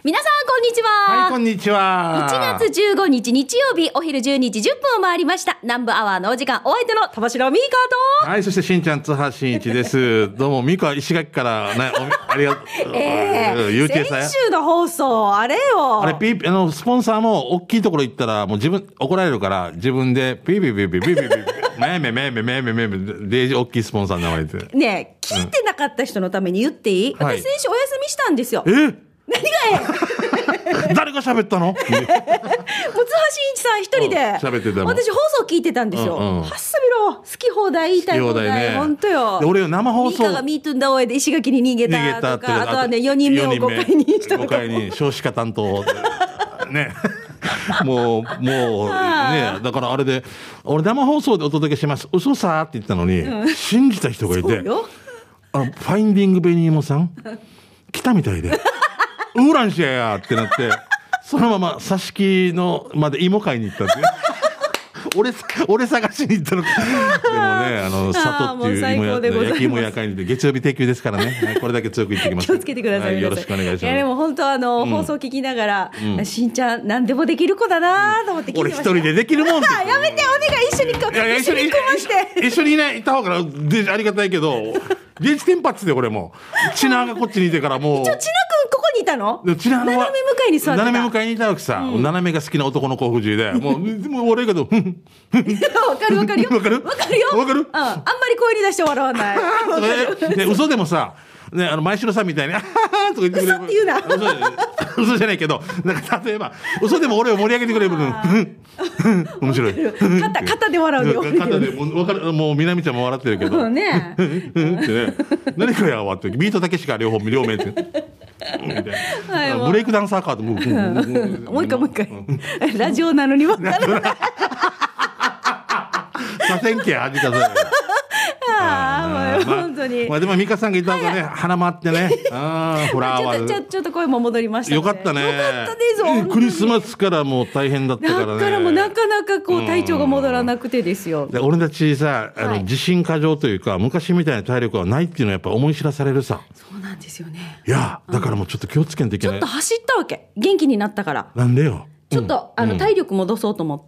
皆さんこんにちは。 はい、こんにちは。 1月15日日曜日お昼12時10分を回りました。南部アワーのお時間、お相手の玉城ミーカーと、 はい、そしてしんちゃん津波しんいちです。どうもミカ石垣からね、ありがとう。 先週の放送あれよ。 あれスポンサーも大きいところ行ったらもう自分怒られるから自分でピーピーピーピーピーピーピーめめめめめめめめで大きいスポンサーの名前で。 ねえ、聞いてなかった人のために言っていい？ はい私先週お休みしたんですよ。何が誰が喋ったの？ 津波しんいちさん一人で喋ってたもん。 私放送聞いてたんですよ。はっさびろ、好き放題言いたい放題、本当よ。 で俺生放送ミカがミートゥンダオエで石垣に逃げたとか、あとはね4人目を5階にした 5階に少子化担当ね。もうね、だからあれで俺生放送でお届けします嘘さーって言ったのに、信じた人がいて、ファインディングベニーモさん来たみたいでウーランシェやってなってそのまま挿し木のまで芋買いに行ったんですね。俺探しに行ったのか。でもね、佐藤っていう焼き芋屋買いに行って月曜日定休ですからね。これだけ強く言ってきます。 気をつけてください。 よろしくお願いします。 いやでも本当放送聞きながら、しんちゃん何でもできる子だなと思って聞いてました。 俺一人でできるもん。やめて、お願い、一緒に行こう。 一緒にね行った方がありがたいけど、現地テンパッツで俺もチナがこっちにいてからもう。 一応チナ君ここにいたの？ チナは斜め向かいに座ってた。 斜め向かいにいたわけさ。斜めが好きな男の子藤井で、もう俺がど。わかるよ。わかるよ。あんまり声に出して笑わない。 嘘でもさ。ね、前城さんみたいに、あははとか言ってくれる。 嘘って言うな。 嘘じゃないけど、なんか例えば、嘘でも俺を盛り上げてくれる分、面白い。 肩で笑うよ。 肩で、もう南ちゃんも笑ってるけど。 ね何かやわって、ビートたけしか両面って。ブレイクダンサーかと。もう一回。ラジオなのに分からない。 左遷系味かそれ。 本当に。 でも美香さんがいた方がね、鼻回ってね。フラワー。 ちょっと声も戻りました。 よかったね。 よかったです。 クリスマスからもう大変だったからね。 だからもうなかなかこう体調が戻らなくてですよ。 俺たちさ、自信過剰というか、昔みたいな体力はないっていうのはやっぱ思い知らされるさ。 そうなんですよね。 いや、だからもうちょっと気をつけんといけない。 ちょっと走ったわけ。元気になったから。 なんでよ。 ちょっと体力戻そうと思って、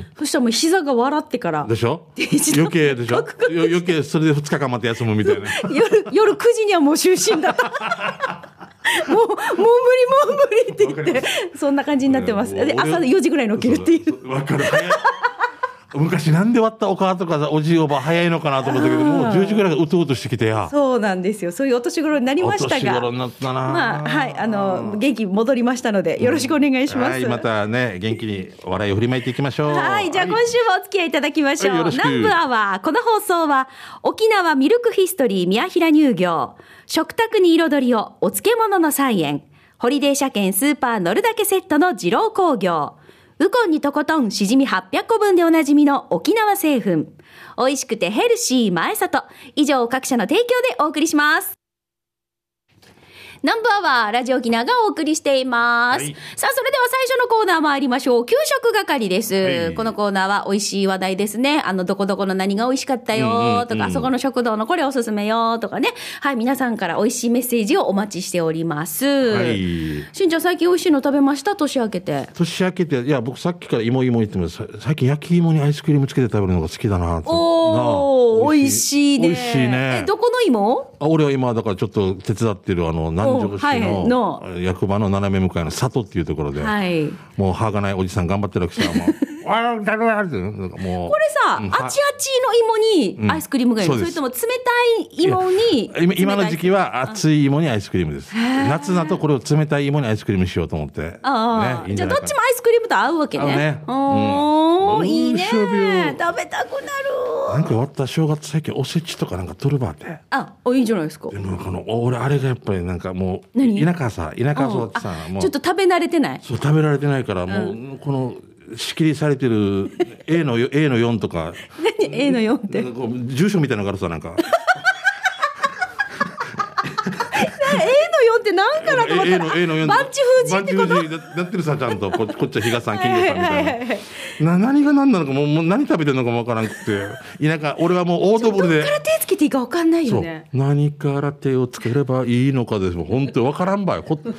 そしたらもう膝が笑ってからでしょ、余計でしょ、余計それで2日間待って休むみたいな。 夜9時にはもう就寝だったもう無理って言ってそんな感じになってます。で朝4時ぐらいに起きるっていう。 わかる。昔なんで割ったお母とかさおじいおば早いのかなと思ったけど、もう10時ぐらいがうとうとしてきてや。 そうなんですよ。そういうお年頃になりましたが、お年頃になったな。 まあはい、元気戻りましたのでよろしくお願いします。 はい、またね元気に笑いを振りまいていきましょう。 はい、じゃあ今週もお付き合いいただきましょう。南部アワー、この放送は沖縄ミルクヒストリー宮平乳業、食卓に彩りをお漬物の菜園、ホリデー車検スーパー乗るだけセットの二郎工業、ウコンにとことんしじみ800個分でおなじみの沖縄製粉、美味しくてヘルシー前里、以上各社の提供でお送りします。南部アワーラジオ沖縄がお送りしています、はい、さあそれでは最初のコーナー参りましょう。給食係です、はい、このコーナーは美味しい話題ですね。どこどこの何が美味しかったよとか、そこの食堂のこれおすすめよとかね。はい、皆さんから美味しいメッセージをお待ちしております、はい、しんちゃん最近美味しいの食べました？年明けていや僕さっきから芋言ってます最近焼き芋にアイスクリームつけて食べるのが好きだな。 おー美味しいね。 美味しいね。 どこの芋？ 俺は今だからちょっと手伝ってる南城市の役場の斜め向かいの里っていうところで、はい、もう歯がないおじさん頑張ってるわけさ。もうこれさ、あちあちの芋にアイスクリームがいいの？それとも冷たい芋に今の時期は熱い芋にアイスクリームです。夏だとこれを冷たい芋にアイスクリームしようと思って、ね、 じゃあどっちもアイスクリームと合うわけね。いいね。食べたくなる。 なんか終わった正月最近おせちとかなんか取るばって。 いいじゃないですか。 でも俺あれがやっぱりなんかもう田舎育ってさ、もうちょっと食べ慣れてない。 そう食べられてないからもうこの仕切りされてる A の4とか何 A の4って住所みたいなのがあるさなんか A の4って何かなと思ったらバンチ封じってこと？ なってるさちゃんとこっちは比嘉さん金魚さんみたいな、何が何なのかもう何食べてるのかもわからなくて、田舎俺はもうオードブルでどっから手つけていいかわかんないよね。 何から手をつければいいのかですもん本当にわからんばい。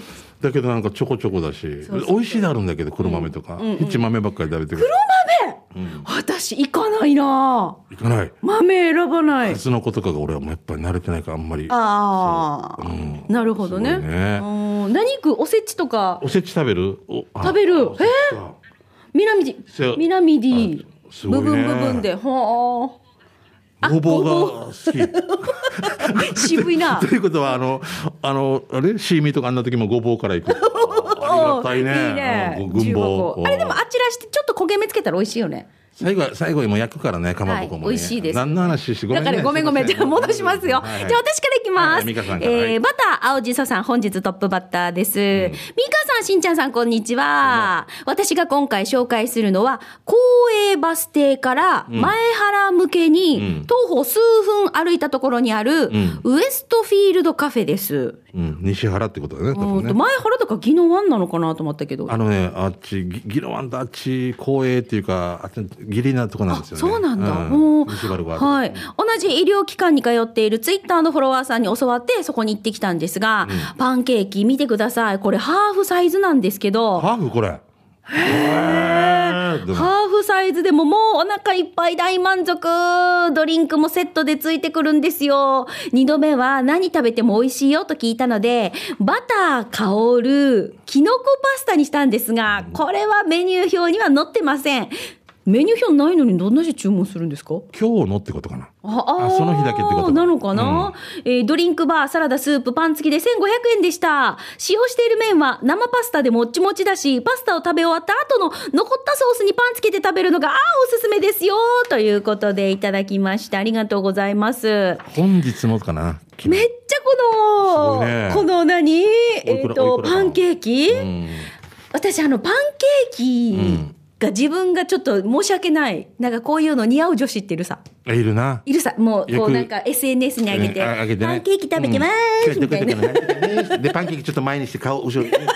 だけどなんかちょこちょこだし、美味しいであるんだけど、黒豆とか、一豆ばっかり食べてる。 黒豆、私行かないな。 行かない。 豆選ばない。 数の子とかが俺はもうやっぱり慣れてないからあんまり。 ああ、なるほどね。何食う？おせちとか。 おせち食べる？ 食べる。南 D。南 D。 すごいね。 部分で。はあ。 ごぼうが好き。 渋いな。 ということはあれシーミーとかあんな時もごぼうからいく。ありがたいね。 いいね。 軍棒。 あれでもあちらしてちょっと焦げ目つけたら美味しいよね。 最後にも焼くからね、かまぼこもね。 美味しいです。 何の話してごめんね。 だからごめん。じゃあ戻しますよ。じゃあ私からいきます。バター青じそさん、本日トップバッターです。ミカさん、しんちゃんさん、こんにちは。私が今回紹介するのは、公営バス停から前原向けに徒歩数分歩いたところにあるウエストフィールドカフェです。 西原ってことだね、多分ね。 前原とか宜野湾なのかなと思ったけど。 あっち、宜野湾とあっち、公営っていうか、あっちギリなとこなんですよね。 そうなんだ。 はい。 同じ医療機関に通っているツイッターのフォロワーさんに教わってそこに行ってきたんですが、パンケーキ見てください。これハーフサイズなんですけど。 ハーフこれ。 ハーフサイズでももうお腹いっぱい大満足。ドリンクもセットでついてくるんですよ。2度目は何食べても美味しいよと聞いたので、バター香るキノコパスタにしたんですが、これはメニュー表には載ってません。メニュー表ないのにどんなに注文するんですか？ 今日のってことかな。その日だけってことなのかな、ドリンクバー、サラダ、スープ、パン付きで1500円でした。使用している麺は生パスタでもっちもちだし、パスタを食べ終わった後の残ったソースにパンつけて食べるのがおすすめですよということでいただきました。ありがとうございます。 本日のかな。 めっちゃこの何パンケーキ、私パンケーキ、自分がちょっと申し訳ない。なんかこういうの似合う女子っているさ。 いるな。 いるさ。もう、こうなんか SNS に上げて、パンケーキ食べてまーすみたいな。 で、パンケーキちょっと前にして顔後ろに。 もう、こ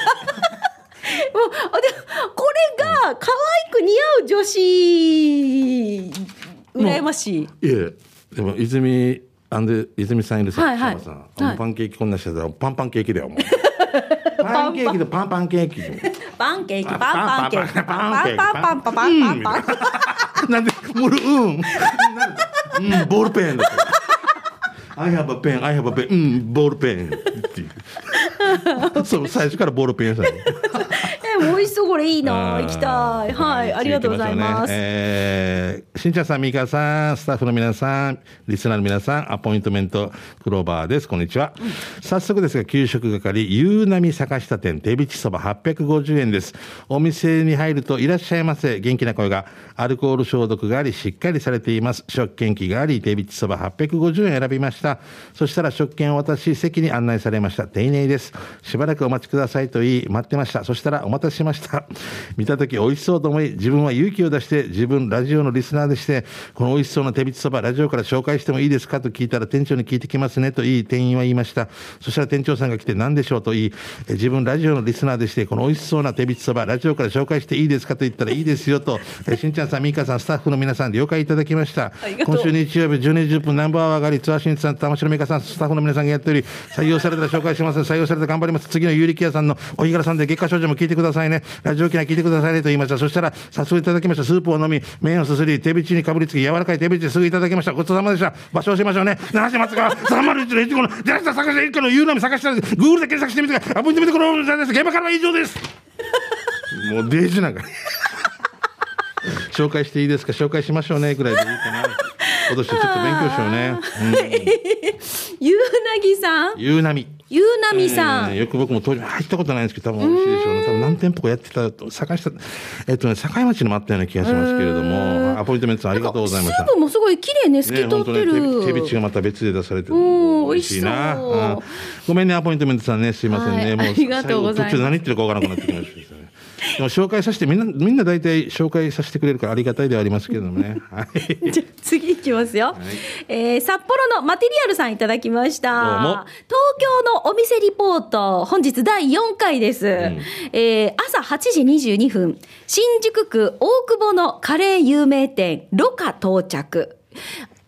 れが可愛く似合う女子、羨ましい。 いえ、でも泉さんいるさ、パンケーキこんなしてたらパンケーキだよ、もう。パンケーキとパンケーキ。 パンケーキ、パンケーキ、パン。 なんで、ボールペンだった。I have a pen, ボールペンっていう。そう、最初からボールペンやさね。 美味しそう、これいいな、行きたい。はい、ありがとうございます。 しんちゃんさん、みかさん、スタッフの皆さん、リスナーの皆さん、アポイントメントクローバーです。こんにちは。早速ですが、給食係、ゆうなみ坂下店、手びちそば850円です。お店に入ると、いらっしゃいませ。元気な声が、アルコール消毒があり、しっかりされています。食券機があり、手びちそば850円選びました。そしたら、食券を渡し、席に案内されました。丁寧です。しばらくお待ちくださいと言い、待ってました。そしたら、お待たせしました。見たとき美味しそうと思い、自分は勇気を出して、自分ラジオのリスナーでして、この美味しそうな手びちそばラジオから紹介してもいいですかと聞いたら、店長に聞いてきますねと言い、店員は言いました。そしたら店長さんが来て何でしょうと言い、自分ラジオのリスナーでして、この美味しそうな手びちそばラジオから紹介していいですかと言ったらいいですよと、しんちゃんさん、みーかさん、スタッフの皆さん了解いただきました。今週日曜日12時10分ナンバーワー上がり、ツアーしんちさん、玉城みかさん、スタッフの皆さんがやっており、採用されたら紹介します。採用されたら頑張ります。次の有力屋さんのお日柄さんで月下少女も聞いてくださいね。ラジオ機内聞いてくださいねと言いました。そしたら早速いただきました。スープを飲み、麺をすすり、手びちにかぶりつき、柔らかい手びちすぐいただきました。ごちそうさまでした。場所を教えましょうね。流しますが301の15の出した探して一家のゆうなみ探したら Google で検索してみてください。アポイントメントこのです。現場からは以上です。もうデージなんか紹介していいですか、紹介しましょうねくらいでいいかな。今年ちょっと勉強しようね。 ゆうなぎさん、 ゆうなみさん、よく僕も当時入ったことないんですけど、多分美味しいでしょうね。多分何店舗かやってたと探した、境町にもあったような気がしますけれども、アポイントメントさんありがとうございました。 スープもすごい綺麗ね、透き通ってる。 手びちがまた別で出されてる。美味しいな。ごめんね、アポイントメントさんね、すいませんね。もうありがとうございます。 途中何言ってるかわからなくなってきました。でも紹介させてみんな大体紹介させてくれるからありがたいではありますけどもね。はい、 じゃ次いきますよ。札幌のマテリアルさんいただきました。 どうも。 東京のお店リポート、本日第4回です。朝8時22分、新宿区大久保のカレー有名店ロカ到着。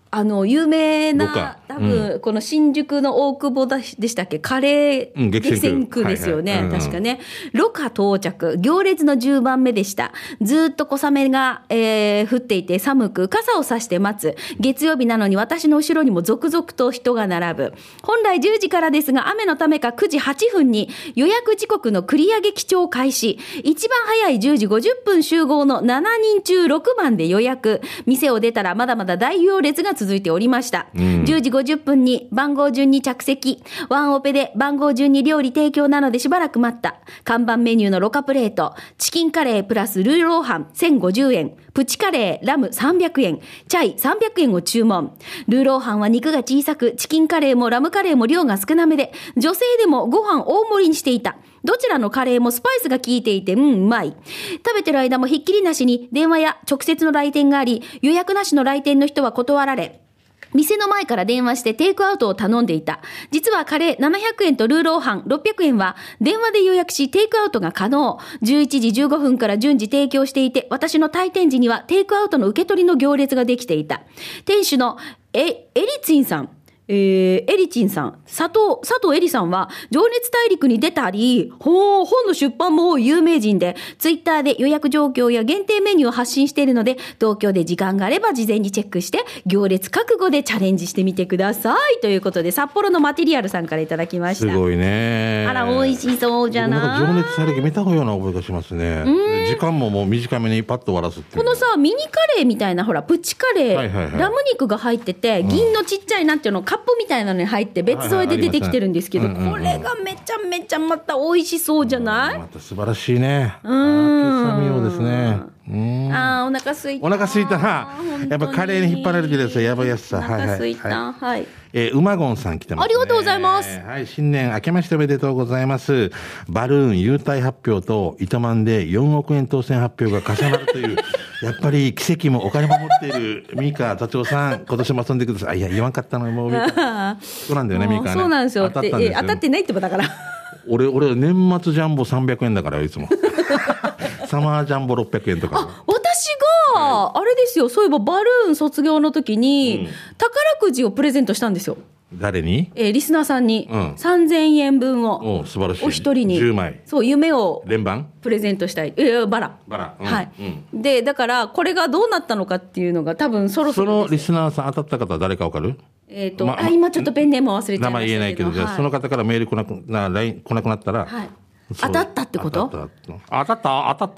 有名な、多分、この新宿の大久保でしたっけ、カレー激戦区ですよね。確かね。ロカ到着、行列の10番目でした。ずっと小雨が、降っていて寒く、傘を差して待つ。月曜日なのに私の後ろにも続々と人が並ぶ。本来10時からですが、雨のためか9時8分に予約時刻の繰り上げ記帳開始。一番早い10時50分集合の7人中6番で予約。店を出たらまだまだ大行列が続いておりました。10時50分に番号順に着席。ワンオペで番号順に料理提供なのでしばらく待った。看板メニューのロカプレート、チキンカレープラスルーローハン1050円、プチカレーラム300円、チャイ300円を注文。ルーローハンは肉が小さく、チキンカレーもラムカレーも量が少なめで、女性でもご飯大盛りにしていた。どちらのカレーもスパイスが効いていて、うまい。食べてる間もひっきりなしに電話や直接の来店があり、予約なしの来店の人は断られ、店の前から電話してテイクアウトを頼んでいた。実はカレー700円とルーローハン600円は電話で予約しテイクアウトが可能。11時15分から順次提供していて、私の退店時にはテイクアウトの受け取りの行列ができていた。店主のエリツィンさん。エリチンさん、佐藤エリさんは、情熱大陸に出たり、本の出版も多い有名人で、ツイッターで予約状況や限定メニューを発信しているので、東京で時間があれば事前にチェックして、行列覚悟でチャレンジしてみてください。ということで、札幌のマテリアルさんからいただきました。 すごいね。 あら、美味しそうじゃない。 なんか情熱大陸見たような覚えがしますね。時間ももう短めにパッと終わらすっていう。 このさ、ミニカレーみたいな、ほら、プチカレー、ラム肉が入ってて、銀のちっちゃい、なんていうの、カップみたいなのに入って別添えで出てきてるんですけど、これがめちゃめちゃまた美味しそうじゃない？ また素晴らしいね。今朝見ようですね。 お腹すいた。 お腹すいたな。やっぱカレーに引っ張られてるやつはやばいやつさ。 お腹すいた。はい。 馬ゴンさん来てますね。 ありがとうございます。 はい、新年明けましておめでとうございます。バルーン優待発表と糸満で4億円当選発表が重なるという、やっぱり奇跡もお金も持っているミカ座長さん、今年も遊んでください。いや、言わんかったのもうミカ。そうなんだよね、ミカね。 そうなんですよ。当たってないってことだから。 俺、年末ジャンボ300円だから、いつも。サマージャンボ600円とか。 私が、あれですよ、そういえばバルーン卒業の時に、宝くじをプレゼントしたんですよ。 誰に？ リスナーさんに、3000円分を、 素晴らしい。 お一人に、 10枚。 そう、夢を、 連番プレゼントしたい。バラ。はい。で、だから、これがどうなったのかっていうのが、多分そろそろ。 そのリスナーさん当たった方は誰かわかる？ 今ちょっとペンネーム忘れちゃいましたけど。 名前言えないけど、じゃあその方からメール来なくなったら、 当たったってこと？ 当たった。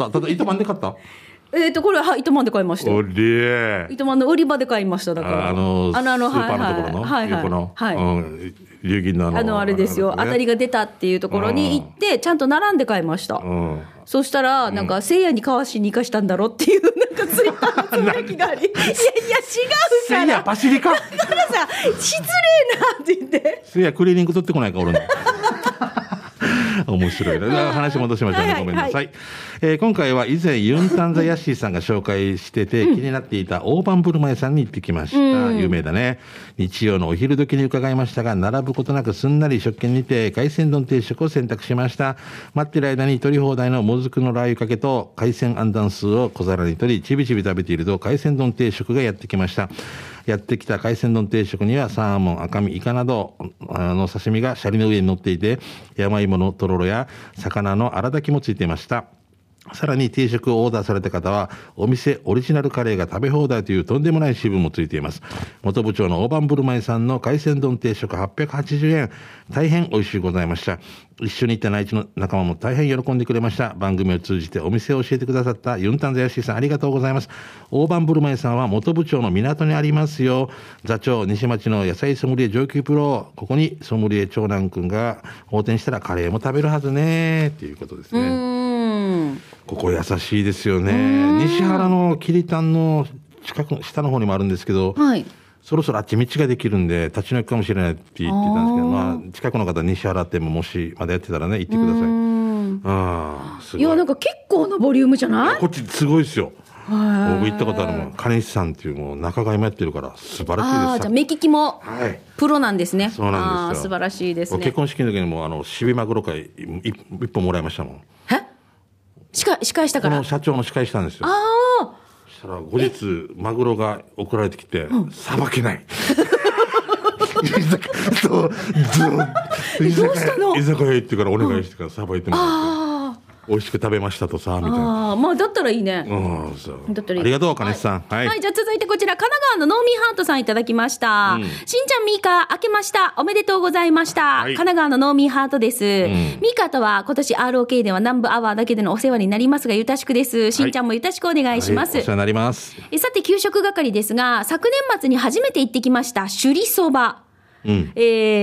ただ糸満で買った？ これは糸満で買いましたよ。糸満の売り場で買いました。だからスーパーのところの横の流銀のあれですよ、当たりが出たっていうところに行ってちゃんと並んで買いました。そしたらなんかせいやにかわしに生かしたんだろっていうなんかツイッターのつぶやきがあり、いや違うからせいやパシリか。 だからさ失礼なって言って、 せいやクリーニング取ってこないか俺の。面白いな。話戻しましょうね。ごめんなさい。今回は以前ユンタンザヤッシーさんが紹介してて気になっていた大盤振る舞いさんに行ってきました。有名だね。日曜のお昼時に伺いましたが、並ぶことなくすんなり食券にて海鮮丼定食を選択しました。待ってる間に取り放題のもずくのラー油かけと海鮮アンダンスーを小皿に取り、ちびちび食べていると海鮮丼定食がやってきました。やってきた海鮮丼定食にはサーモン、赤身、イカなどの刺身がシャリの上に乗っていて、山芋のとろろや魚の荒炊きもついていました。さらに定食をオーダーされた方はお店オリジナルカレーが食べ放題というとんでもない支部もついています。元部長の大盤振る舞いさんの海鮮丼定食880円、大変美味しゅうございました。一緒に行った内地の仲間も大変喜んでくれました。番組を通じてお店を教えてくださったユンタンザヤシーさん、ありがとうございます。大盤振る舞いさんは元部長の港にありますよ。座長西町の野菜ソムリエ上級プロ、ここにソムリエ長男くんが放店したらカレーも食べるはずねっていうことですね。ここ優しいですよね。西原のキリタンの近く下の方にもあるんですけど、そろそろあっち道ができるんで立ち退くかもしれないって言ってたんですけど、まあ近くの方西原店ももしまだやってたらね行ってください。すごい。 いやなんか結構なボリュームじゃない？ こっちすごいですよ。僕行ったことあるもん。金石さんっていうもう仲買もやってるから素晴らしいです。 じゃあ目利きもプロなんですね。 そうなんですよ。 素晴らしいですね。 結婚式の時にもシビマグロ会一本もらいましたもん。 司会したから。 この社長の司会したんですよ。 したら後日マグロが送られてきてさばけない。 どうしたの？ 居酒屋行ってからお願いしてからさばいてもらって。美味しく食べましたとさみたいな。 まあだったらいいね。 だったらいい。ありがとう金子さん。 はい、じゃあ続いてこちら神奈川のノーミーハートさんいただきました。しんちゃんミカ明けましたおめでとうございました。神奈川のノーミーハートです。ミカとは今年 ROK では南部アワーだけでのお世話になりますがゆたしくです。しんちゃんもゆたしくお願いします。 お世話になります。 さて給食係ですが昨年末に初めて行ってきました首里そば。昼の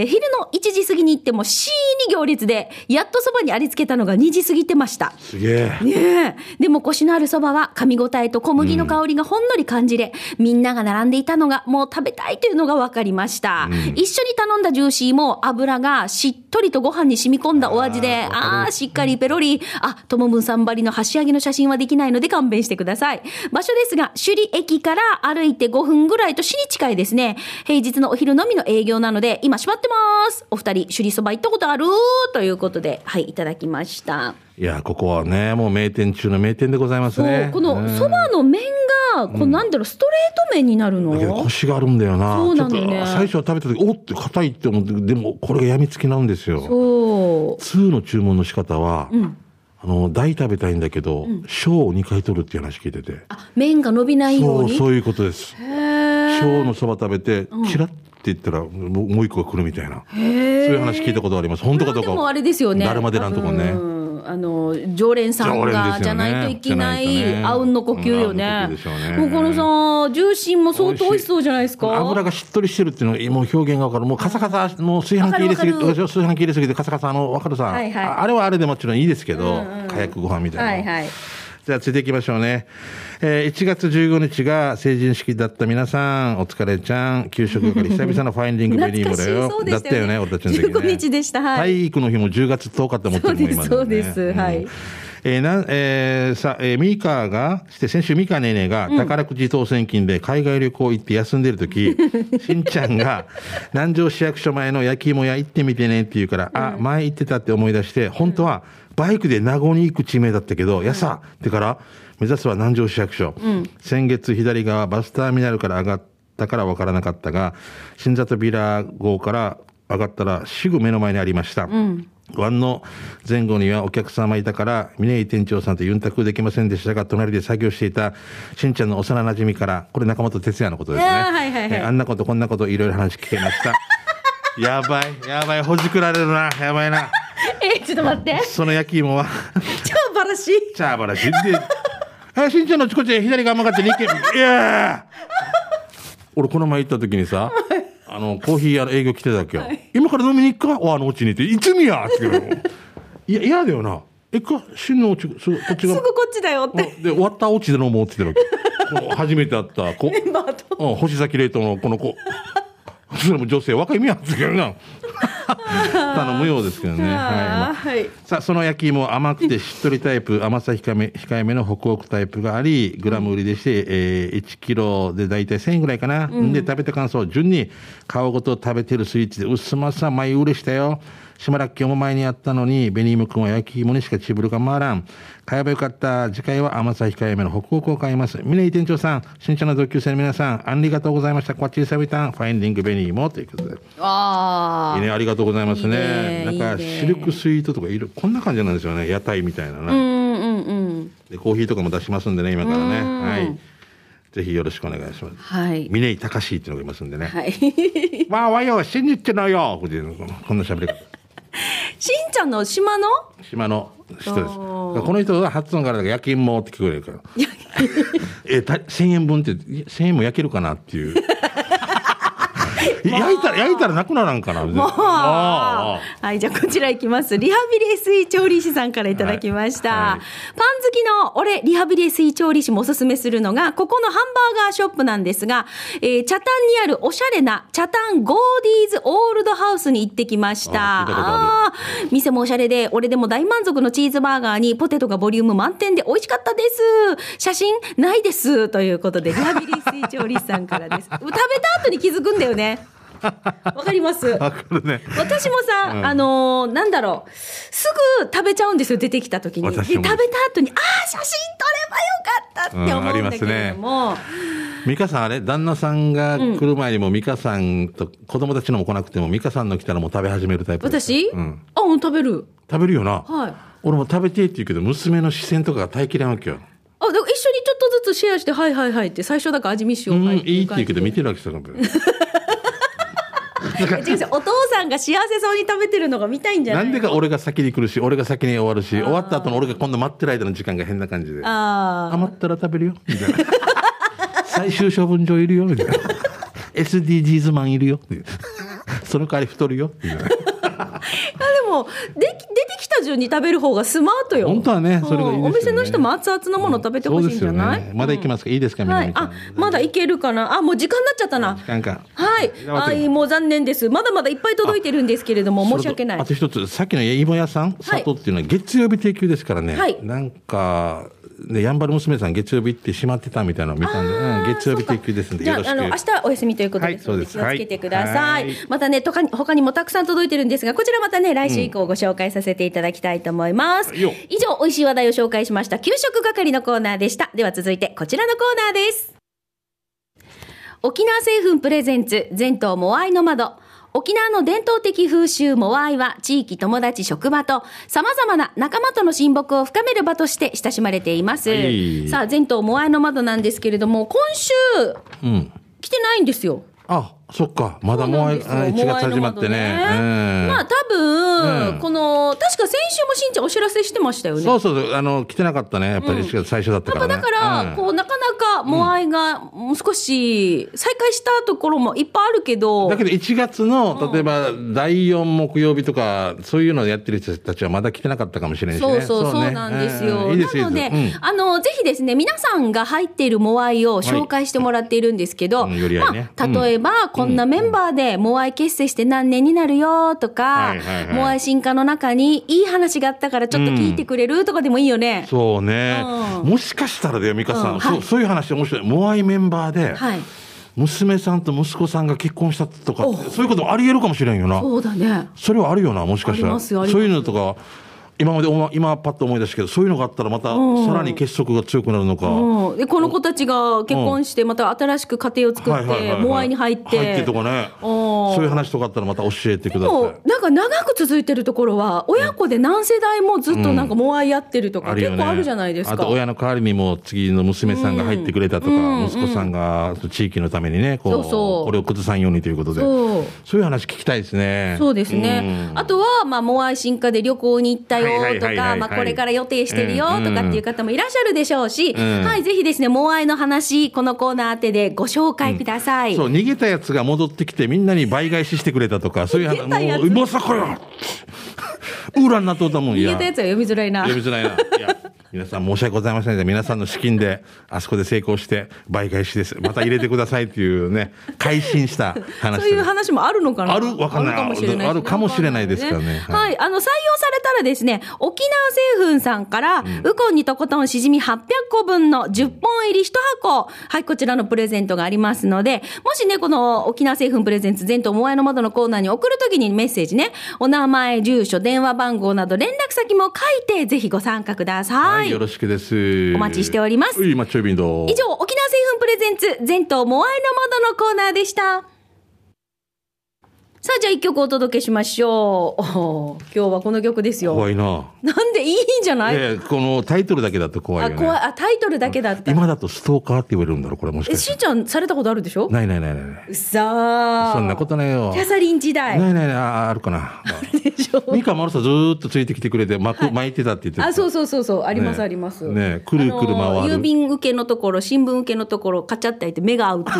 1時過ぎに行っても C に行列でやっとそばにありつけたのが2時過ぎてました。 すげえ、 ね、でもコシのあるそばは噛み応えと小麦の香りがほんのり感じれ、みんなが並んでいたのがもう食べたいというのが分かりました、一緒に頼んだジューシーも油がしっとりとご飯に染み込んだお味でしっかりペロリ。ともぶんさんばりの箸上げの写真はできないので勘弁してください。場所ですが首里駅から歩いて5分ぐらいと市に近いですね。平日のお昼のみの営業なので今閉まってます。お二人首里そば行ったことあるということで、はい、いただきました。 いやここはねもう名店中の名店でございますね。 このそばの麺がこうなんだろう、ストレート麺になるの。 だけどコシがあるんだよな。 そうなんだよね。 最初は食べた時おって硬いって思ってでもこれがやみつきなんですよ。2の注文の仕方は、大食べたいんだけど小を2回取るっていう話聞いてて、 麺が伸びないように。 そういうことです。小のそば食べてチラッって言ったらもう一個が来るみたいな、そういう話聞いたことあります。本当かどうか。 でもあれですよね。 誰までなんとこね。 常連さんがじゃないといけないあうんの呼吸よね。もうこのさ重心も相当美味しそうじゃないですか。 油がしっとりしてるっていうのがもう表現が分かる。もうカサカサの炊飯器入れすぎて炊飯器入れすぎてカサカサ分かるさ、あれはあれでもちろんいいですけど、火薬ご飯みたいな。じゃあついていきましょうね。1月15日が成人式だった皆さんお疲れちゃん。給食係久々のファインディングベリームだよ。だったよね俺たちの時ね。 15日でした。 体育の日も10月10日って思ってるもん今ね。 そうです。はい。 ミーカーがして先週ミカネネが宝くじ当選金で海外旅行行って休んでる時、しんちゃんが南城市役所前の焼き芋屋行ってみてねって言うから、前行ってたって思い出して本当はバイクで名護に行く地名だったけど、やさってから目指すは南城市役所、先月左側バスターミナルから上がったから分からなかったが新里ビラ号から上がったらすぐ目の前にありました、湾の前後にはお客様いたから峰井店長さんとユンタクできませんでしたが隣で作業していたしんちゃんの幼馴染からこれ中本哲也のことですね、あんなことこんなこといろいろ話聞けましたやばいほじくられるな。やばいなちょっと待って。 その焼き芋はチャーバラシでしんちゃんのちこちへ左側曲がって2軒いや俺この前行った時にさコーヒー屋の営業来てたっけよ、今から飲みに行くかおうちにっていつみやっていや嫌だよな。しんのおちこっちがすぐこっちだよってで終わったおちで飲もうって言ってるわけ初めて会ったメンバーと星崎冷凍のこの子それも女性若いみやつけどな頼むようですけどね。さあその焼き芋甘くてしっとりタイプ甘さ控えめのホクホクタイプがありグラム売りでして、1キロでだいたい1000円ぐらいかな、で食べた感想順に皮ごと食べてるスイーツでうっすまさ前売れしたよ。しばらく今日も前にあったのにベニーム君は焼き芋にしかチブルが回らん。買えばよかった。次回は甘さ控えめのホクホクを買います。峰井店長さん新茶の同級生の皆さんありがとうございました。こっちでサビタンファインディングベニーもということでいいね。ありがとうございますね。なんかシルクスイートとかいるこんな感じなんですよね。屋台みたいなね、でコーヒーとかも出しますんでね今からね、はい、ぜひよろしくお願いします。峰井隆っていうのがいますんでね、まあわよ信じてのよこんな喋り方しんちゃんの島の人です。この人が発音から焼き芋って聞こえるから1000円分って1000円も焼けるかなっていう焼いたらなくならんかな。 はい、じゃあこちらいきます。リハビリ SE 調理師さんからいただきました、パン好きの俺リハビリ SE 調理師もおすすめするのがここのハンバーガーショップなんですが、茶炭にあるおしゃれな茶炭ゴーディーズオールドハウスに行ってきました。店もおしゃれで俺でも大満足のチーズバーガーにポテトがボリューム満点で美味しかったです。写真ないですということでリハビリ SE 調理師さんからです食べた後に気づくんだよね。 わかります。 わかるね。 私もさ、なんだろう、すぐ食べちゃうんですよ、出てきた時に。で、食べた後に、写真撮ればよかったって思うんだけれども。 美香さんあれ旦那さんが来る前にも美香さんと子供たちのも来なくても美香さんの来たらもう食べ始めるタイプ。 私？食べる。 食べるよな。 はい。 俺も食べてって言うけど娘の視線とかが耐えきれんわけよ。 でも一緒にちょっとずつシェアしてはいはいはいって最初だから味見しようかいいって言うけど見てるわけさ。 お父さんが幸せそうに食べてるのが見たいんじゃない？ なんでか俺が先に来るし俺が先に終わるし終わった後の俺が今度待ってる間の時間が変な感じで余ったら食べるよみたいな最終処分場いるよみたいなSDGs マンいるよその代わり太るよみたいなでも出てきた順に食べる方がスマートよ。 本当はねそれがいいですよね。 お店の人も熱々のもの食べてほしいんじゃない？ まだ行きますか？いいですか？ はい、まだ行けるかな。もう時間になっちゃったな。 時間か。 はい。もう残念です。まだまだいっぱい届いてるんですけれども申し訳ない。 あと一つさっきの芋屋さん佐藤っていうのは月曜日定休ですからね。なんかね、やんばる娘さん月曜日ってしまってたみたいなのを見たんで、月曜日定休ですんでよろしく。 明日お休みということですので、気をつけてください。またね他にもたくさん届いてるんですが、こちらまたね来週以降ご紹介させていただきたいと思います。以上美味しい話題を紹介しました給食係のコーナーでした。では続いてこちらのコーナーです。沖縄製粉プレゼンツ全島モアイの窓。沖縄の伝統的風習モアイは地域、友達、職場と様々な仲間との親睦を深める場として親しまれています。さあ全島モアイの窓なんですけれども今週、来てないんですよ。 そっかまだもう1月始まってね。 まあ多分、この確か先週もしんちゃんお知らせしてましたよね。 そう来てなかったねやっぱり最初だったからね。 だから、こうなかなかモアイがもう少し再開したところもいっぱいあるけど、 だけど1月の例えば第4木曜日とかそういうのをやってる人たちはまだ来てなかったかもしれないしね。そうなんですよ。なので、ぜひですね皆さんが入っているモアイを紹介してもらっているんですけど、例えばこんなメンバーでモアイ結成して何年になるよとか、モアイ進化の中にいい話があったからちょっと聞いてくれるとかでもいいよね。そうね、もしかしたらだよ美香さん、そういう話面白い。モアイメンバーで、娘さんと息子さんが結婚したとかそういうことありえるかもしれんよな。そうだね。それはあるよなもしかしたら。そういうのとか今パッと思い出したけどそういうのがあったらまたさらに結束が強くなるのか。でこの子たちが結婚してまた新しく家庭を作ってモアイに入ってとかね、そういう話とかあったらまた教えてください。なんか長く続いてるところは親子で何世代もずっとなんかモアイやってるとか結構あるじゃないですか。あと親の代わりにも次の娘さんが入ってくれたとか、息子さんが地域のためにねこれを崩さんようにということで、そういう話聞きたいですね。そうですね。あとはモアイ進化で旅行に行ったよとか、これから予定してるよとかっていう方もいらっしゃるでしょうし、ぜひですねモアイの話このコーナー当てでご紹介ください。そう逃げたやつが戻ってきてみんなに倍返ししてくれたとかそういう話もうまさかよウーラになっとったもん。逃げたやつは読みづらいな。いや皆さん申し訳ございませんが皆さんの資金であそこで成功して倍返しですまた入れてくださいっていうね改心した話そういう話もあるのかな。わかんない。あるかもしれないですからね。採用されたらですね沖縄製粉さんからウコンにとことんしじみ800個分の10本入り1箱こちらのプレゼントがありますので、もしねこの沖縄製粉プレゼンツ全島モアイの窓のコーナーに送るときにメッセージねお名前住所電話番号など連絡先も書いてぜひご参加ください。よろしくです。お待ちしております。以上沖縄製粉プレゼンツ全島モアイの窓のコーナーでした。さあじゃあ一曲お届けしましょう。今日はこの曲ですよ。怖いな。なんでいいんじゃない？このタイトルだけだと怖いよね。タイトルだけだった。今だとストーカーって言われるんだろうこれもしかして。しーちゃんされたことあるでしょ？ない。うっさー。そんなことないよ。キャサリン時代。ないあるかな。あるでしょ。ミカマルさずーっとついてきてくれて巻いてたって言ってた。そうありますあります。ねくるくる回る。郵便受けのところ新聞受けのところカチャって開いて目が合うって。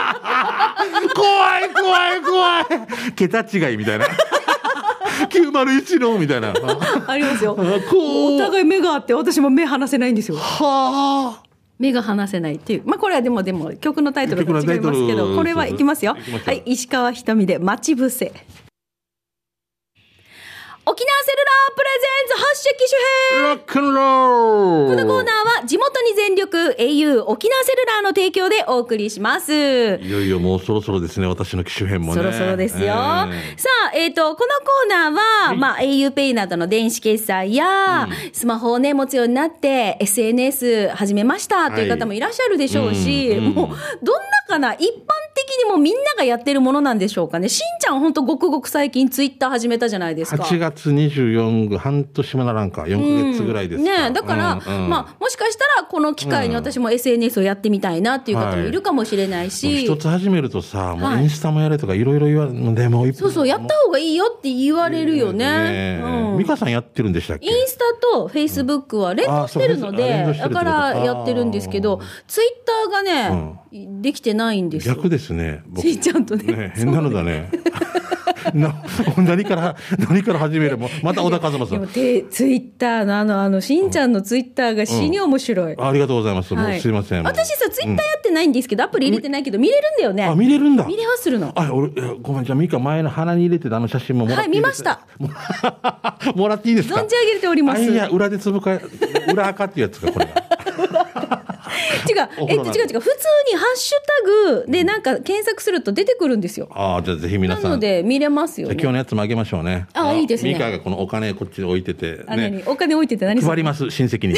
怖い。桁違いみたいな901のみたいなありますよ。お互い目があって私も目離せないんですよ。目が離せないっていうこれはでも曲のタイトルが違いますけどこれはいきますよ。石川ひとみで待ち伏せ。 沖縄セルラープレゼンツ発射機種編ロックンロール。 このコーナーは地元に全力 au 沖縄セルラーの提供でお送りします。 いよいよもうそろそろですね、私の機種編もね。 そろそろですよ。さあ、このコーナーは、まあ、au などの電子決済や、スマホをね、持つようになって、SNS 始めましたという方もいらっしゃるでしょうし、もう、どんなかな、一般的にもみんながやってるものなんでしょうかね。しんちゃん、ほんとごくごく最近ツイッター始めたじゃないですか。 8月24日、半年もならんか、4ヶ月ぐらいですか。 ね、だから、まあ、もしかしたら、この機会に私も SNS をやってみたいなっていう方もいるかもしれないし。 一つ始めるとさ、もうインスタもやれとかいろいろ言われるので、もうそうそう、やった方がいいよって言われるよね。 美香さんやってるんでしたっけ？ インスタとフェイスブックは連動してるので、だからやってるんですけど、ツイッターがね、できてないんですよ。 逆ですね。 しんちゃんとね。 変なのだね。何から始めるもまた小田和正さん。 でもツイッターのしんちゃんのツイッターが死に面白い。 ありがとうございます。もうすいません。 私さツイッターやってないんですけど、アプリ入れてないけど見れるんだよね。 あ、見れるんだ。 見れはするの。 あ、俺ごめん、じゃあミカ前の鼻に入れてた写真ももらっていいですか？はい、 見ました。 もらっていいですか？ 存じ上げております。 いや、裏でつぶか裏垢っていうやつかこれが。 違う、普通にハッシュタグでなんか検索すると出てくるんですよ。 ああ、じゃあぜひ皆さん。 なので見れますよね。 じゃあ今日のやつもあげましょうね。 あ、いいですね。 ミカがこのお金こっちで置いてて、 ね、お金置いてて何配ります親戚に。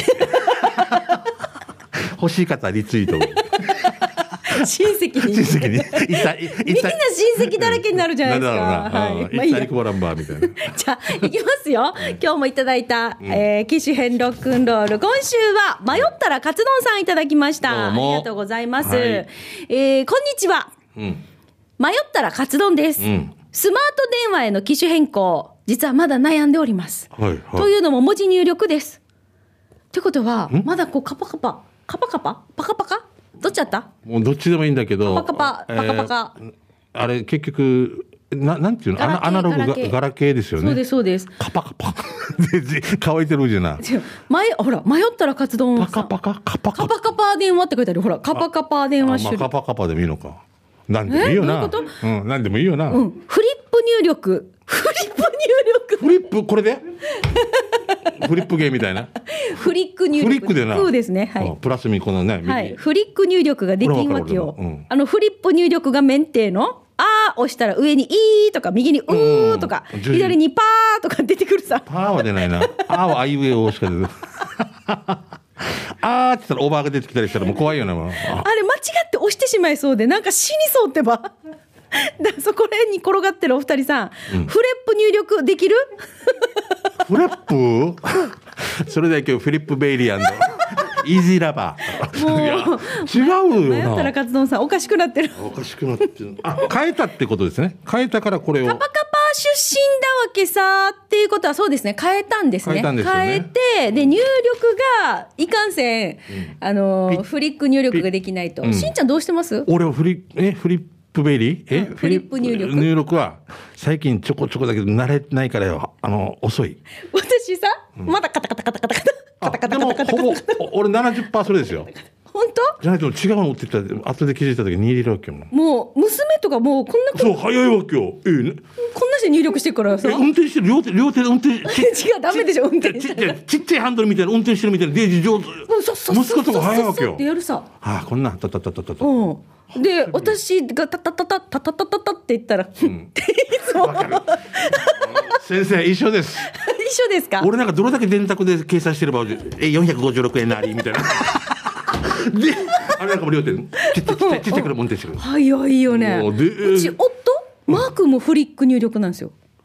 欲しい方リツイート。 親戚に。みんな親戚だらけになるじゃないですか。 はい。一体コバランバーみたいな。 じゃあ、いきますよ。今日もいただいた、機種編ロックンロール。今週は、迷ったらカツ丼さんいただきました。ありがとうございます。こんにちは。迷ったらカツ丼です。スマート電話への機種変更、実はまだ悩んでおります。というのも文字入力です。ってことは、まだこう、カパカパどっちやった？ もうどっちでもいいんだけど、 パカパカ。あれ結局なんていうの、アナログガラケーですよね。 そうです。 カパカパ乾いてるじゃな。 ほら迷ったらカツ丼。 カパカパ電話って書いてある。ほらカパカパ電話種類。 カパカパでもいいのか。なんでもいいよな。なんでもいいよな。 フリップ入力。フリップこれで？フリップゲーみたいな。 フリック入力。 フリックでな。 そうですね。はい。 プラスにこのね。 はい。フリック入力ができんわけよ。フリップ入力画面っていうの？あー押したら上にいーとか右にうーとか左にパーとか出てくるさ。 パーは出ないな。あーはあいうえおしか出てあーって言ったらオーバーが出てきたりしたらもう怖いよね。あれ間違って押してしまいそうでなんか死にそうってば。そこら辺に転がってるお二人さん、フレップ入力できる？ フレップ？それだけフィリップ・ベイリー&イージーラバー。もう違うよな。 迷ったらカツ丼さんおかしくなってる。 おかしくなってる。変えたってことですね。変えたからこれを。 カパカパ出身だわけさっていうことはそうですね。変えたんですね。変えてで入力がいかんせんフリック入力ができないと。しんちゃんどうしてます？ 俺フリップベリーフリップ入力は最近ちょこちょこだけど慣れないからよ遅い。 私さ、まだカタカタカタカタカタカタカタカタカタカタ俺 70% それですよ。 本当？ じゃないと違うのって言ったら後で気づいた時に入れるわけよ。 もう娘とかもうこんなそう早いわけよ。こんなして入力してるからさ。 運転してる両手で運転。 違うダメでしょ運転。 ちっちゃいハンドルみたいな運転してるみたいなデージ上手。息子とか早いわけよ。 ってやるさ。 こんなタタタタタタ。 で私がタタタタタタタタタって言ったら、っていつも先生一緒です。 一緒ですか？ 俺なんかどれだけ電卓で計算してれば456円なりみたいな。であれなんかも両手ちっちゃいから運転してる。 早いよね。うち夫マークもフリック入力なんですよ。ス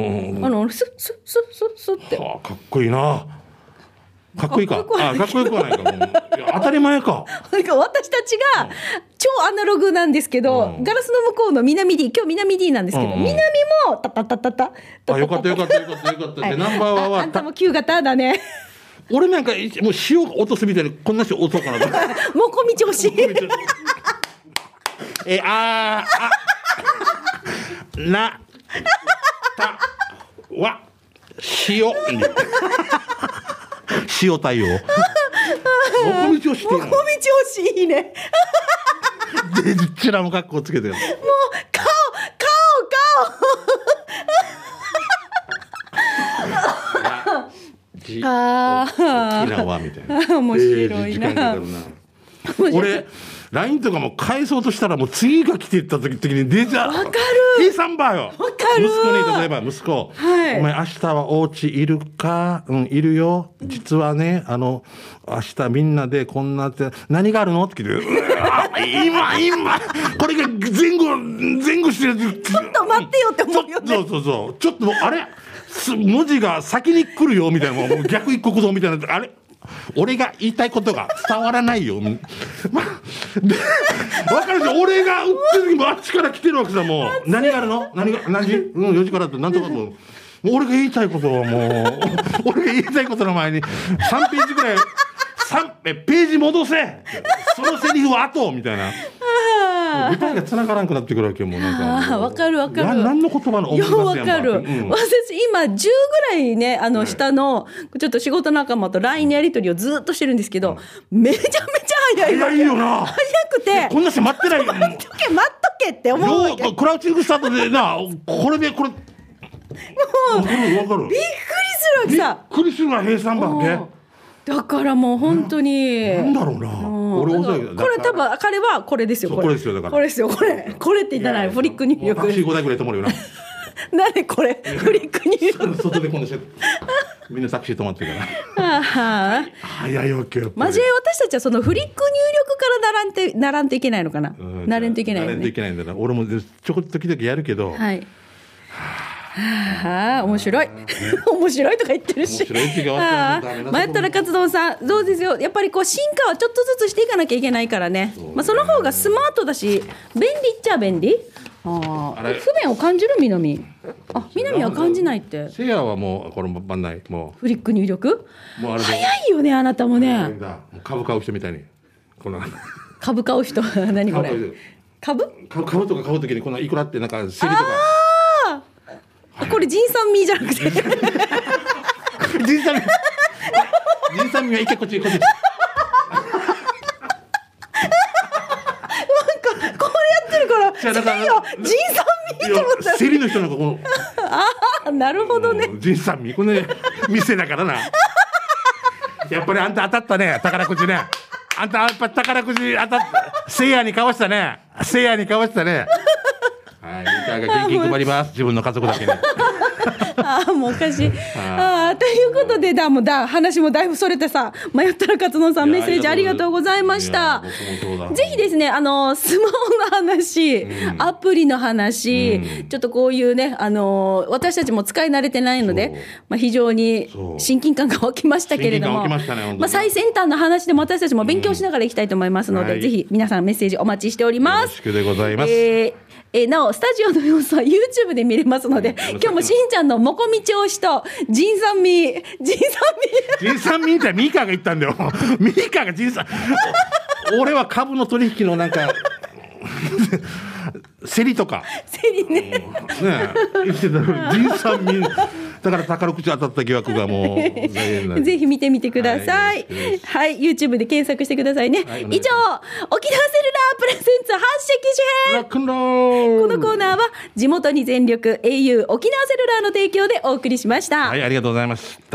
ッって。 かっこいいな。かっこいいか。かっこよくはないか。当たり前か。 私たちが超アナログなんですけど、ガラスの向こうの南 D、今日南 D なんですけど、南もタタタタタ。 よかった。でナンバーワンはあんたも旧型だね。 俺なんかもう塩落とすみたいにこんな塩落とそうかな。 もこみち惜しい。 なたわ塩対応。もこみち惜しい。もこみち惜しいね。 でどちらも格好つけてる。もう顔ち沖あ縄みたいな。 面白いな時間かかるな。俺 LINE とかも返そうとしたらもう次が来てった時にデジャわかる計算ばよ。 わかる息子に例えば息子、 はいお前明日はお家いるか、いるよ。実はね明日みんなでこんなって何があるのって聞いて、今これが前後してる。 ちょっと待ってよって思うよね。 そうちょっとあれ文字が先に来るよみたいな、もう逆一国道みたいな、あれ俺が言いたいことが伝わらないよ。で分かるじゃん。俺が売ってる時もあっちから来てるわけさ。もう何があるの、何時、4時からってなんとかもう俺が言いたいことはもう俺が言いたいことの前に3ページぐらいページ戻せ、そのセリフは後みたいな。舞台が繋がらんくなってくるわけよ。もうなんかわかる何の言葉の思いますわかる、私今10ぐらいね下のちょっと仕事仲間と LINE のやり取りをずっとしてるんんですけど、めちゃめちゃ早いわけ。 早いよな。 早くてこんな人待ってないよ。 待っとけって思うわけ。 クラウチングスタートでな、これわかる。 びっくりするわけさ。 びっくりするわ、平山番け。 だからもう本当になんだろうな。俺これ多分彼はこれですよ。 これですよ。だからこれですよ。これって言ったらフリック入力。 タクシー5台ぐらい止まるよな。 なんでこれフリック入力。 外で今度してみんなタクシー止まってるかはら。 あ、 早いわけよ。 マジで私たちはそのフリック入力からならんといけないのかな。なれんといけないよね。 なれんといけないんだな。俺もちょこっと時々やるけど。 はい。はあ、面白い面白いとか言ってるし、前ったら活動さんどうですよ。やっぱりこう進化はちょっとずつしていかなきゃいけないからね。その方がスマートだし便利っちゃ便利。不便を感じる南は感じないって。 せいやはもうこれもばんない。もうフリック入力もうあれ早いよね。あなたもね。 株買う人みたいにこの株買う人何これ株とか買うときにこのいくらってなんかセリとか。 これジンサンミーじゃなくてジンサンミーは一回こっちなんかこれやってるからセリよジンサンミーと思ったらセリの人なんかこのなるほどね。 ジンサンミーこのね店だからな。やっぱりあんた当たったね、宝くじね。あんたやっぱ宝くじ当たったせいやにかわしたね。はい、現金配ります。自分の家族だけに。 もうおかしい。ということで話もだいぶそれてさ、迷ったら勝野さんメッセージありがとうございました。ぜひですね、スマホの話、アプリの話、ちょっとこういうね、私たちも使い慣れてないので、非常に親近感が湧きましたけれども、最先端の話でも私たちも勉強しながらいきたいと思いますので、ぜひ皆さんメッセージお待ちしております。よろしくでございます。 なおスタジオの様子は YouTube で見れますので、今日もしんちゃんのもこみち推しとジンサンミーってミカが言ったんだよ。ミカがジンサン俺は株の取引のなんか競りとかね生きてたのにジンサンミだから宝くじ当たった疑惑がもうぜひ見てみてください。はい、YouTube で検索してくださいね。以上、沖縄セルラープレゼンツ発色機種編。 ロックンロール。 このコーナーは地元に全力 au 沖縄セルラーの提供でお送りしました。 はい、ありがとうございました。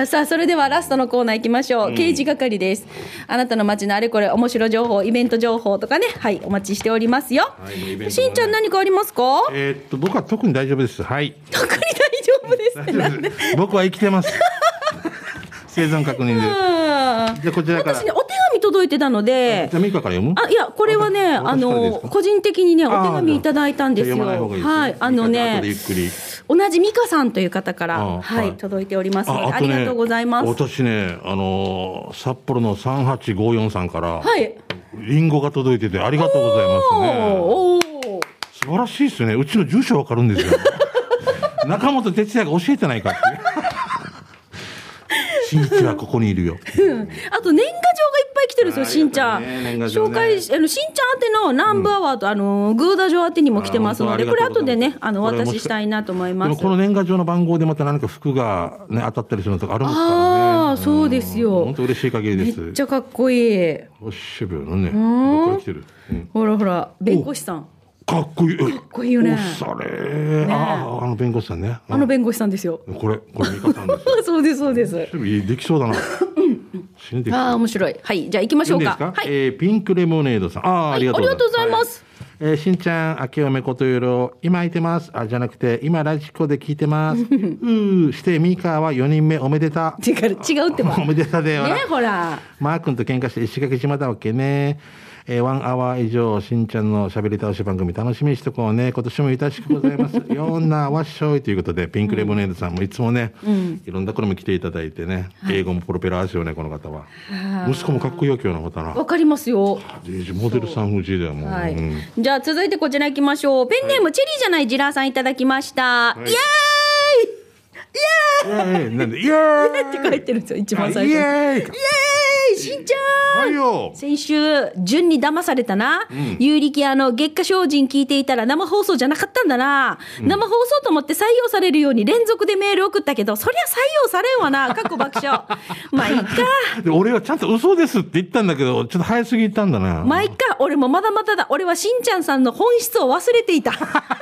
さあ、それではラストのコーナー行きましょう。刑事係です。あなたの街のあれこれ面白情報、イベント情報とかね、はい、お待ちしておりますよ。しんちゃん何かありますか？ 僕は特に大丈夫です。はい。 特に大丈夫ですってなんで？ 僕は生きてます。生存確認で。じゃこちらから。 私ね、お手紙届いてたので。 じゃあミカから読む？ いや、これはね、個人的にね、お手紙いただいたんですよ。はい、同じミカさんという方からはい、届いておりますので、ありがとうございます。 私ね、札幌の3854さんから、 はい、 リンゴが届いててありがとうございますね。素晴らしいですね。うちの住所わかるんですよ。中本哲也が教えてないかって。しんいちはここにいるよ。 あと年賀状がいっぱい来てるんですよ、しんちゃん。紹介しんちゃん宛ての南部アワーとグーダ状宛てにも来てますので、これ後でねお渡ししたいなと思います。 でもこの年賀状の番号でまた何か服がね当たったりするのとかあるんですからね。 そうですよ。 本当嬉しい限りです。 めっちゃかっこいい。 おしぶのね。どこから来てる？ ほらほら弁護士さん。 かっこいい。 かっこいいよね。 おしゃれ、ね、あの弁護士さんね。 弁護士さんですよ。 これ美香さんですよ。 そうですそうです。 できそうだな。 面白い。はい、じゃあ行きましょうか。いいですか。 はい、ピンクレモネードさん。ありがとうございます。しんちゃん、あけおめことよろ、今空いてます。じゃなくて、今ラジコで聞いてます。してミカは4人目おめでた。 違うってば。 おめでたでよ。 ね、ほら。 マー君と喧嘩して石垣島だわけね。1アワー以上、しんちゃんの喋り倒し番組楽しみにしとこうね。今年もよろしくございます。よんなわっしょいということで、ピンクレモネードさんもいつもね、いろんなところも来ていただいてね、英語もプロペラですよね、この方は。息子もかっこいいよ、今日の方な。 わかりますよ。 モデルさん風じだよ、もう。はい。 じゃあ続いてこちら行きましょう。ペンネーム、チェリーじゃないジラーさんいただきました。イエーイイエーイなんでイエーイって書いてるんですよ、一番最初。イエーイしんちゃん、先週順に騙されたな、有力月下精進聞いていたら生放送じゃなかったんだな、生放送と思って採用されるように連続でメール送ったけど、そりゃ採用されんわな、過去爆笑。まあいいか。 で俺はちゃんと嘘ですって言ったんだけど、ちょっと早すぎ言ったんだな。 まあいいか、俺もまだまだだ。俺はしんちゃんさんの本質を忘れていた。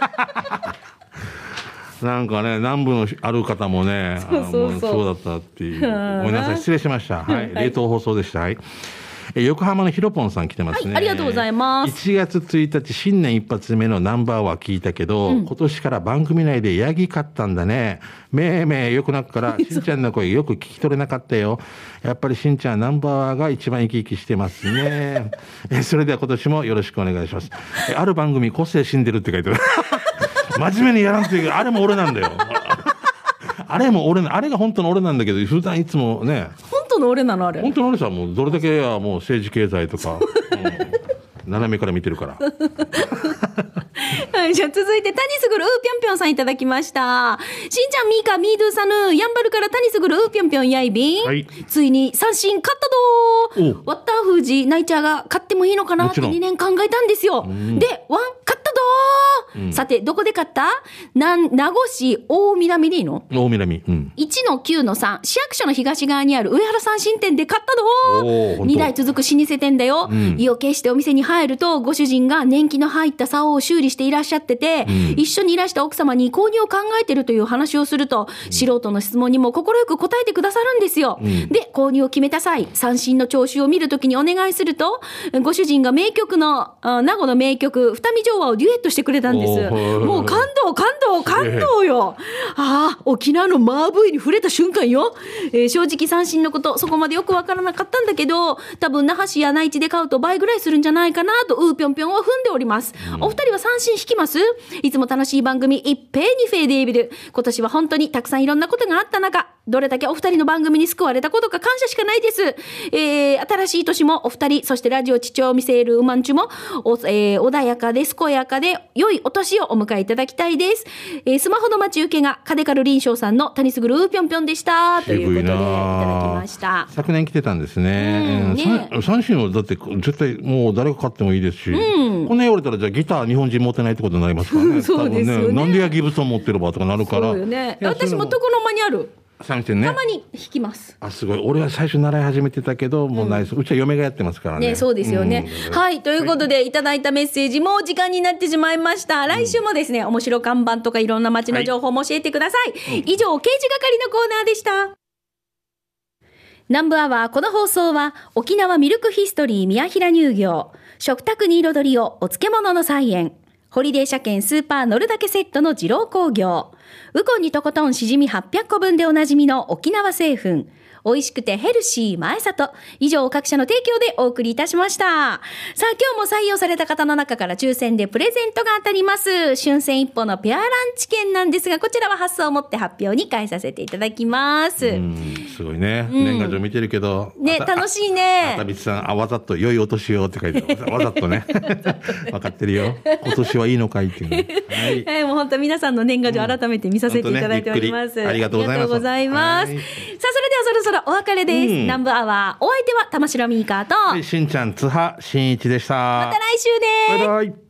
なんかね、南部のある方もね、そうだったっていう。ごめんなさい、失礼しました。はい、冷凍放送でした。はい。横浜のひろぽんさん来てますね。 はい、ありがとうございます。 1月1日、新年一発目のナンバーは聞いたけど、今年から番組内でヤギ飼ったんだね。めーめーよくなっから、しんちゃんの声よく聞き取れなかったよ。やっぱりしんちゃんナンバーが一番生き生きしてますね。それでは今年もよろしくお願いします。ある番組、個性死んでるって書いてある。真面目にやらんというか、あれも俺なんだよ。あれが本当の俺なんだけど、普段いつもね。 本当の俺なのあれ。 本当の俺さ、もうどれだけはもう政治経済とか、斜めから見てるから。 はい、じゃあ続いて、タニスグル、ぴょんぴょんさんいただきました。しんちゃん、みーか、みーどゥさぬ、やんばるからタニスグル、ぴょんぴょんやいびん。はい、ついに三振勝ったどー。ワッターフージ、ナイチャーが勝ってもいいのかなって2年考えたんですよ。で、ワン、勝ったどー。さて、どこで勝った？名護市大南でいいの？ 大南。 1の9の3、市役所の東側にある上原三振店で勝ったどー。2代続く老舗店だよ。意を決してお店に入ると、ご主人が年季の入った竿を修理していらっしゃってて、一緒にいらした奥様に購入を考えてるという話をすると、素人の質問にも快く答えてくださるんですよ。で、購入を決めた際、三振の調子を見るときにお願いすると、ご主人が名曲の、名護の名曲、二見城和をデュエットしてくれたんです。もう感動よ。沖縄のマーブイに触れた瞬間よ。正直三振のこと、そこまでよくわからなかったんだけど、多分那覇市や内地で買うと倍ぐらいするんじゃないかなと、ぴょんぴょんを踏んでおります。お二人は三振引きます？いつも楽しい番組、一平二フェーデービル。今年は本当にたくさんいろんなことがあった中、どれだけお二人の番組に救われたことか感謝しかないです。新しい年もお二人、そしてラジオ父を見せるウマンチュも、穏やかで健やかで良いお年をお迎えいただきたいです。スマホの待ち受けがカデカルリンショーさんのタニスグルーぴょんぴょんでした。ということでいただきました。 昨年来てたんですね。三振はだって絶対もう誰が勝ってもいいですし、この言われたらじゃあギター日本人持ってないってことになりますからね。 そうですよね。 なんでやギブソン持ってればとかなるから。 そうよね。私も床の間にある。 三振ね。 たまに弾きます。 すごい。俺は最初習い始めてたけど、もうないです。うちは嫁がやってますからね。 ね、そうですよね。はい。ということで、いただいたメッセージも時間になってしまいました。来週もですね、面白看板とかいろんな街の情報も教えてください。以上、刑事係のコーナーでした。南部アワー、この放送は、沖縄ミルクヒストリー宮平乳業、食卓に彩りをお漬物の菜園、ホリデー車検スーパー乗るだけセットの二郎工業、ウコンにとことんしじみ800個分でおなじみの沖縄製粉、美味しくてヘルシー前里。以上各社の提供でお送りいたしました。さあ今日も採用された方の中から抽選でプレゼントが当たります。春戦一歩のペアランチ券なんですが、こちらは発送をもって発表に変えさせていただきます。 すごいね。年賀状見てるけど。 ね、楽しいね。 あたびつさん、わざと良いお年をって書いてある。わざとね。分かってるよ。今年はいいのかいっていうね。 はい。もう本当皆さんの年賀状改めて見させていただいております。 ありがとうございます。 さあそれではそろそろお別れです。南部アワー、お相手は玉城ミーカーとしんちゃん津波しんいちでした。 また来週です。 バイバイ。